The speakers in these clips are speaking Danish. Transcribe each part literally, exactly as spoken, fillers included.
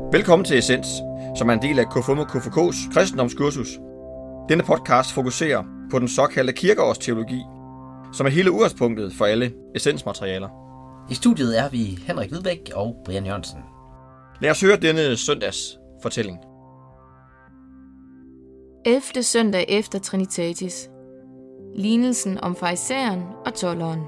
Velkommen til Essens, som er en del af K F U M og K F U K's kristendomskursus. Denne podcast fokuserer på den såkaldte kirkeårsteologi, som er hele udgangspunktet for alle essensmaterialer. I studiet er vi Henrik Hvidbæk og Brian Jørgensen. Lad os høre denne søndags fortælling. ellevte søndag efter Trinitatis. Lignelsen om farisæeren og tolderen.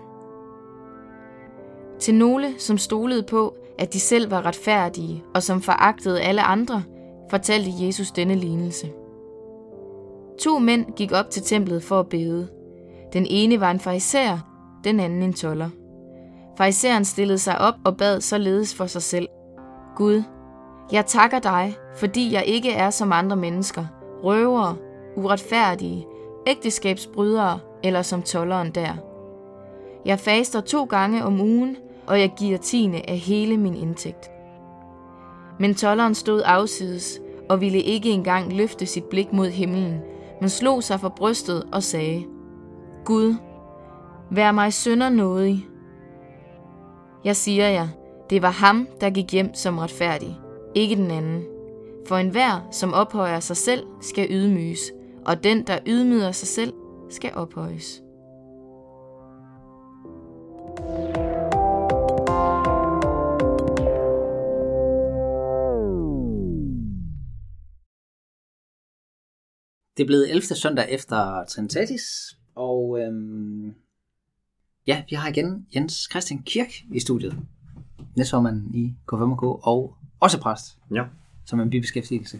Til nogle, som stolede på, at de selv var retfærdige og som foragtede alle andre, fortalte Jesus denne lignelse. To mænd gik op til templet for at bede. Den ene var en farisæer, den anden en tolder. Farisæeren stillede sig op og bad således for sig selv. Gud, jeg takker dig, fordi jeg ikke er som andre mennesker, røvere, uretfærdige, ægteskabsbrydere eller som tolderen der. Jeg faster to gange om ugen, og jeg giver tiende af hele min indtægt. Men tolderen stod afsides og ville ikke engang løfte sit blik mod himlen, men slog sig for brystet og sagde, Gud, vær mig synder nådig. Jeg siger jer, det var ham, der gik hjem som retfærdig, ikke den anden. For enhver, som ophøjer sig selv, skal ydmyges, og den, der ydmyger sig selv, skal ophøjes. Det er blevet ellevte søndag efter Trinitatis, og øhm, ja, vi har igen Jens Christian Kirk i studiet. Næstformand i K F U M og K, og også præst, ja. Som er en bibeskæftigelse.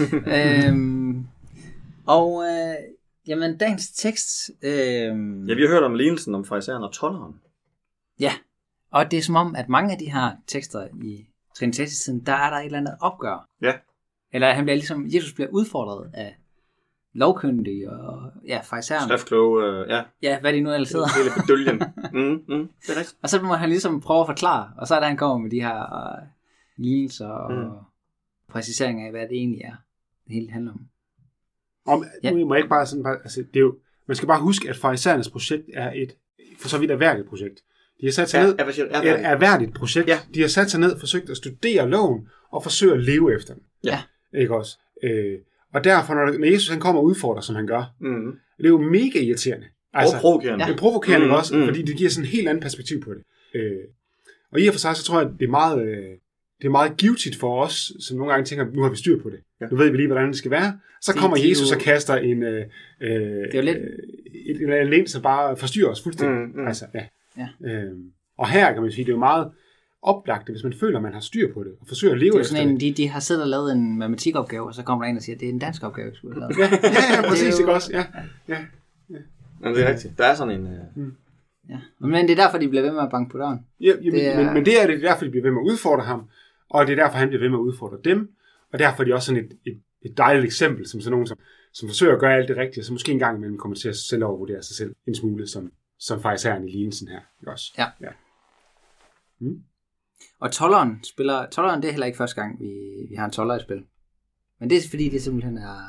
øhm, og øh, jamen, dagens tekst... Øhm, ja, vi har hørt om lignelsen om farisæeren og tolderen. Ja, og det er som om, at mange af de her tekster i Trinitatis-tiden, der er der et eller andet opgør. Ja. Eller han bliver ligesom, Jesus bliver udfordret af lovkyndige og ja, farisæerne. Skriftkloge, øh, ja. Ja, hvad de nu ellers hedder. Hele bedølgen. mm, mm, det er rigtigt. Og så må han ligesom prøve at forklare, og så er det, han kommer med de her uh, lignelser og mm. præciseringer af, hvad det egentlig er, det hele handler om. Om, ja. Nu må jeg ikke bare sådan, bare, altså, det er jo, man skal bare huske, at farisæernes projekt er et, for så vidt erhverdigt projekt. De har sat sig ja, ned, erhverdigt. et erhverdigt projekt. Ja. De har sat sig ned, forsøgt at studere loven, og forsøge at leve efter den. Ja. Ikke også? Øh, Og derfor, når Jesus han kommer og udfordrer, som han gør, mm. det er jo mega irriterende. Altså, og provokerende. Det er provokerende mm, også, mm. fordi det giver sådan en helt anden perspektiv på det. Øh, og i og for sig, så tror jeg, at det er meget, øh, det er meget givtigt for os, som nogle gange tænker, nu har vi styr på det. Ja. Nu ved vi lige, hvordan det skal være. Så kommer det, Jesus jo... og kaster en, øh, øh, det er lidt... et, et, et lens, som bare forstyrrer os fuldstændig. Mm, mm. Altså, ja. Ja. Øh, og her kan man sige, det er jo meget oplagt, hvis man føler, at man har styr på det, og forsøger at leve efter det. En, de, de har siddet og lavet en matematikopgave, og så kommer der en og siger, at det er en dansk opgave, skulle have lavet. ja, ja, ja, præcis, det er også. Ja, ja, ja. Men det er rigtigt. Der er sådan en... Uh... Mm. Ja. Men det er derfor, de bliver ved med at banke på døren. Ja, ja, det er... men, men det er det derfor, de bliver ved med at udfordre ham, og det er derfor, han bliver ved med at udfordre dem, og derfor er de også sådan et, et, et dejligt eksempel, som sådan nogen, som, som forsøger at gøre alt det rigtige, så måske en gang imellem kommer til at selv overvurdere sig selv en smule, som, som farisæeren i lignelsen her. Ikke også? Ja. ja. Mm. Og tolderen spiller, tolderen det er heller ikke første gang, vi, vi har en tolder i spil. Men det er fordi, det simpelthen er,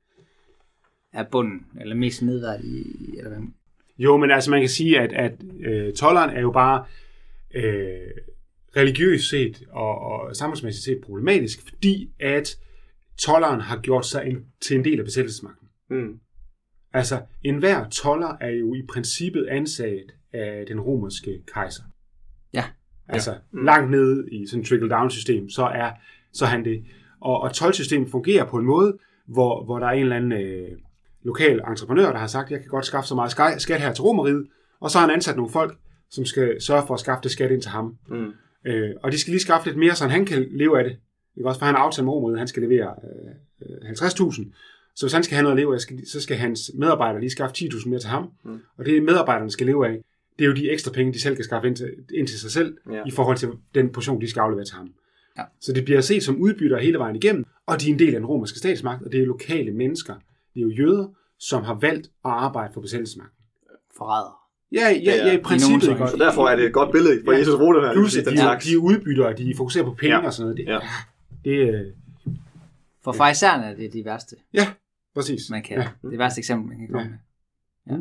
er bunden, eller mest nedværdig, eller hvad? Jo, men altså man kan sige, at, at øh, tolderen er jo bare øh, religiøst set og, og samfundsmæssigt set problematisk, fordi at tolderen har gjort sig en, til en del af besættelsesmagten. Mm. Altså, enhver tolder er jo i princippet ansat af den romerske kejser. Ja. Altså, ja. mm. langt nede i sådan et trickle-down-system, så er så han det. Og, og toldsystemet fungerer på en måde, hvor, hvor der er en eller anden øh, lokal entreprenør, der har sagt, jeg kan godt skaffe så meget skat her til Romeriet, og så har han ansat nogle folk, som skal sørge for at skaffe det skat ind til ham. Mm. Øh, og de skal lige skaffe lidt mere, så han kan leve af det. Ikke også, for han har aftalt med Romeriet, han skal levere øh, halvtreds tusind. Så hvis han skal have noget at leve af, så skal hans medarbejdere lige skaffe ti tusind mere til ham. Mm. Og det medarbejderne skal leve af, det er jo de ekstra penge, de selv kan skaffe ind til, ind til sig selv, ja. I forhold til den portion, de skal aflevere til ham. Ja. Så det bliver set som udbytter hele vejen igennem, og de er en del af den romerske statsmagt, og det er lokale mennesker, det er jo jøder, som har valgt at arbejde for besættelsesmagten. Forræder. Ja, ja, ja, i princippet. Nogen, så derfor er det et godt billede for ja. Jesus Rode her. Plus, at de, de er udbyttere, de fokuserer på penge ja. og sådan noget. Det, ja. det, for farisæerne er det de værste. Ja, præcis. Man kan, ja. Det værste eksempel, man kan komme ja. med. Ja.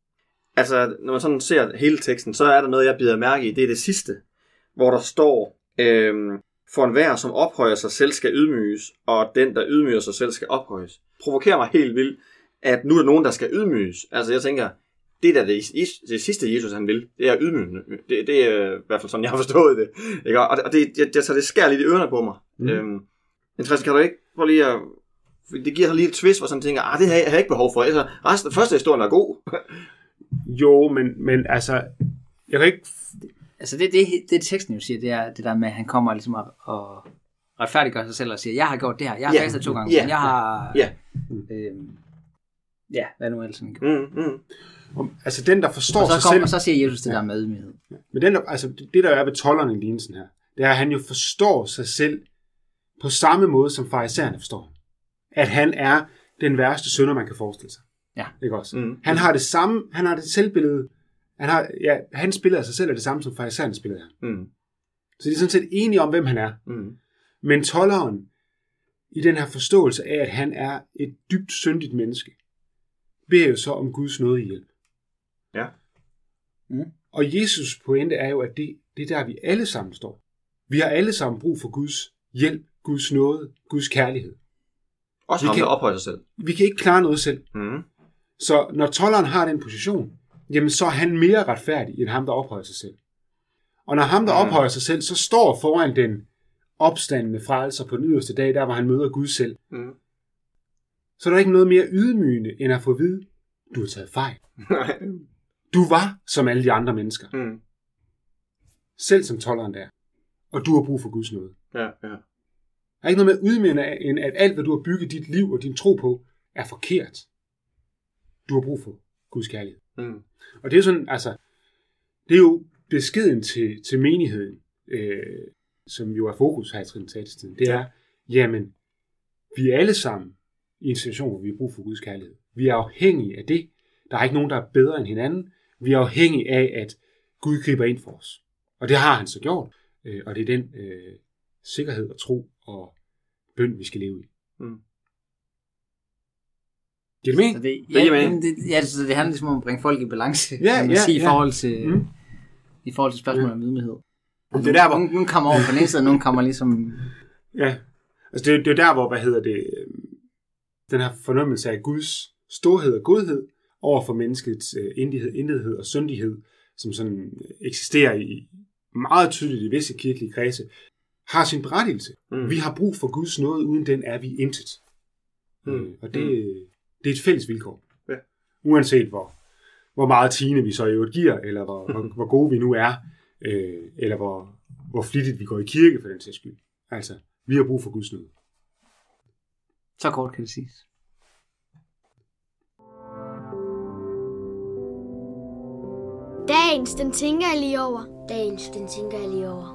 Altså, når man sådan ser hele teksten, så er der noget, jeg bider mærke i. Det er det sidste, hvor der står, Øhm, for enhver, som ophøjer sig selv, skal ydmyges, og den, der ydmyger sig selv, skal ophøjes. Provokerer mig helt vildt, at nu er der nogen, der skal ydmyges. Altså jeg tænker, det der det, det sidste Jesus han vil, det er ydmygende. Det, det er i hvert fald sådan, jeg har forstået det. Ikke? Og det, og det, jeg, jeg tager det skær lidt i ørerne på mig. Mm. Øhm, men Therese, kan du ikke prøve lige at... Det giver lige et twist, hvor sådan tænker, ah, det har jeg, jeg har ikke behov for. Altså, resten af første historien er god. Jo, men, men altså, jeg kan ikke... Altså det, det, det teksten jo siger, det er det der med, at han kommer ligesom og, og retfærdiggør sig selv og siger, jeg har gjort det her, jeg har yeah. fastet to gange, yeah. men jeg har... Yeah. Øhm, ja, hvad nu ellers han gjorde. Mm, mm. Om, altså den, der forstår og så sig kom, selv... Og så siger Jesus det ja. der med ydmyghed. Ja. Men den, der, altså, det, der er ved tolderen i lignelsen her, det er, at han jo forstår sig selv på samme måde, som farisæerne forstår. At han er den værste synder, man kan forestille sig. Ja. Ikke også? Mm. Han har det samme, han har det selvbillede, han har, ja, hans billede af sig selv er det samme som farisæernes billede af ham. Mm. Så de er sådan set enige om, hvem han er. Mm. Men tolderen, i den her forståelse af, at han er et dybt syndigt menneske, beder jo så om Guds nådehjælp. Ja. Mm. Og Jesus pointe er jo, at det, det er der, vi alle sammen står. Vi har alle sammen brug for Guds hjælp, Guds nåde, Guds kærlighed. Også vi ham, kan, der ophøjer sig selv. Vi kan ikke klare noget selv. Mm. Så når tolderen har den position, jamen så er han mere retfærdig, end ham, der ophøjer sig selv. Og når ham, der mm. ophøjer sig selv, så står foran den opstandende frelser på den yderste dag, der hvor han møder Gud selv. Mm. Så er der ikke noget mere ydmygende, end at få at vide, du har taget fejl. Du var som alle de andre mennesker. Mm. Selv som tolderen der. Og du har brug for Guds nåde. Ja, ja. Der er ikke noget mere ydmygende, end at alt, hvad du har bygget dit liv og din tro på, er forkert. Du har brug for Guds kærlighed. Mm. Og det er sådan, altså, det er jo beskeden til, til menigheden, øh, som jo er fokus her i Trinitatis-tiden. Det er, jamen, vi er alle sammen i en situation, hvor vi har brug for Guds kærlighed. Vi er afhængige af det. Der er ikke nogen, der er bedre end hinanden. Vi er afhængige af, at Gud griber ind for os. Og det har han så gjort. Øh, og det er den øh, sikkerhed og tro og bøn, vi skal leve i. Mm. Giver det mening? Det, ja, det, det, ja, så det handler ligesom om at bringe folk i balance, ja, kan man ja, sige, ja. i forhold til, mm. i forhold til spørgsmålet om ydmyghed. Det er der, hvor... Nogle kommer over på den ene side, og nogle kommer ligesom... Ja, altså det, det er der, hvor, hvad hedder det, den her fornemmelse af Guds storhed og godhed over for menneskets uh, indighed, indighed og syndighed, som sådan eksisterer i meget tydeligt i visse kirkelige kredse, har sin berettigelse. Mm. Vi har brug for Guds nåde, uden den er vi intet. Mm. Uh, og det, mm. det er et fælles vilkår. Ja. Uanset hvor, hvor meget tiende vi så i øvrigt giver, eller hvor, hvor, hvor gode vi nu er, øh, eller hvor, hvor flittigt vi går i kirke for den sags skyld. Altså, vi har brug for Guds nåde. Så kort kan det siges. Dagens, den tænker jeg lige over. Dagens, den tænker jeg lige over.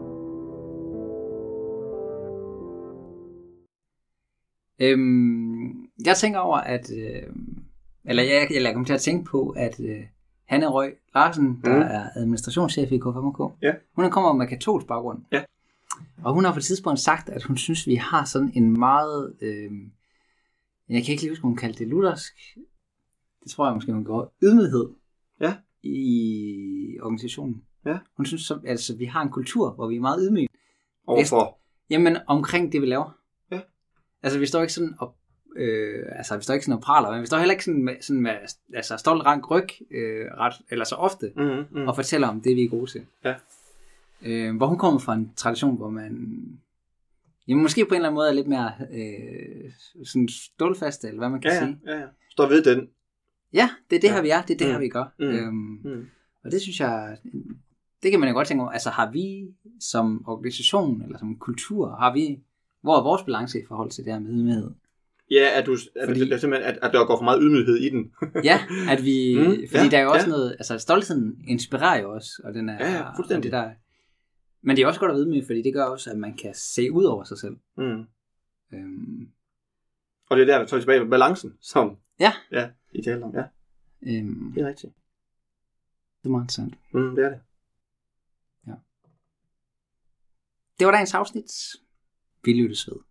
Øhm, jeg tænker over, at... Øh, eller jeg, jeg kommer til at tænke på, at øh, Hanne Røg Larsen, der mm. er administrationschef i K fem K, ja. Hun kommer med katolsk baggrund. Ja. Og hun har på et tidspunkt sagt, at hun synes, vi har sådan en meget... Øh, jeg kan ikke lige huske, hun kaldte det luthersk. Det tror jeg måske, hun går ydmyghed. Ja. I organisationen. Ja. Hun synes, så, altså, vi har en kultur, hvor vi er meget ydmyge. Overfor? Jamen, omkring det, vi laver. Ja. Altså, vi står ikke sådan og, øh, altså, vi står ikke sådan og praler, men vi står heller ikke sådan med, sådan med altså, stolt rank ryg, øh, ret, eller så ofte, mm, mm. og fortæller om det, vi er gode til. Ja. Øh, hvor hun kommer fra en tradition, hvor man jamen, måske på en eller anden måde er lidt mere øh, sådan stålfast, eller hvad man kan ja, sige. Ja, ja. Står ved den. Ja, det er det ja. her, vi er. Det er det mm. her, vi gør. Mm. Øhm, mm. Og det synes jeg, det kan man jo godt tænke over. Altså har vi som organisation, eller som kultur, har vi, hvor er vores balance i forhold til det her med ydmyghed? Ja, at, du, at, fordi, det, det simpelthen, at, at der går for meget ydmyghed i den. Ja, at vi, mm. fordi ja, der er jo også ja. noget, altså stoltheden inspirerer jo også, og den er, ja, ja, fuldstændig. Og det der, men det er også godt at vide med, fordi det gør også, at man kan se ud over sig selv. Mm. Øhm, og det er der, vi tager tilbage med balancen, som ja. Ja, I taler om, ja. Øhm, det er rigtigt. Det er meget interessant. Mm, det er det. Ja. Det var dagens afsnit. Vi lyttes ved.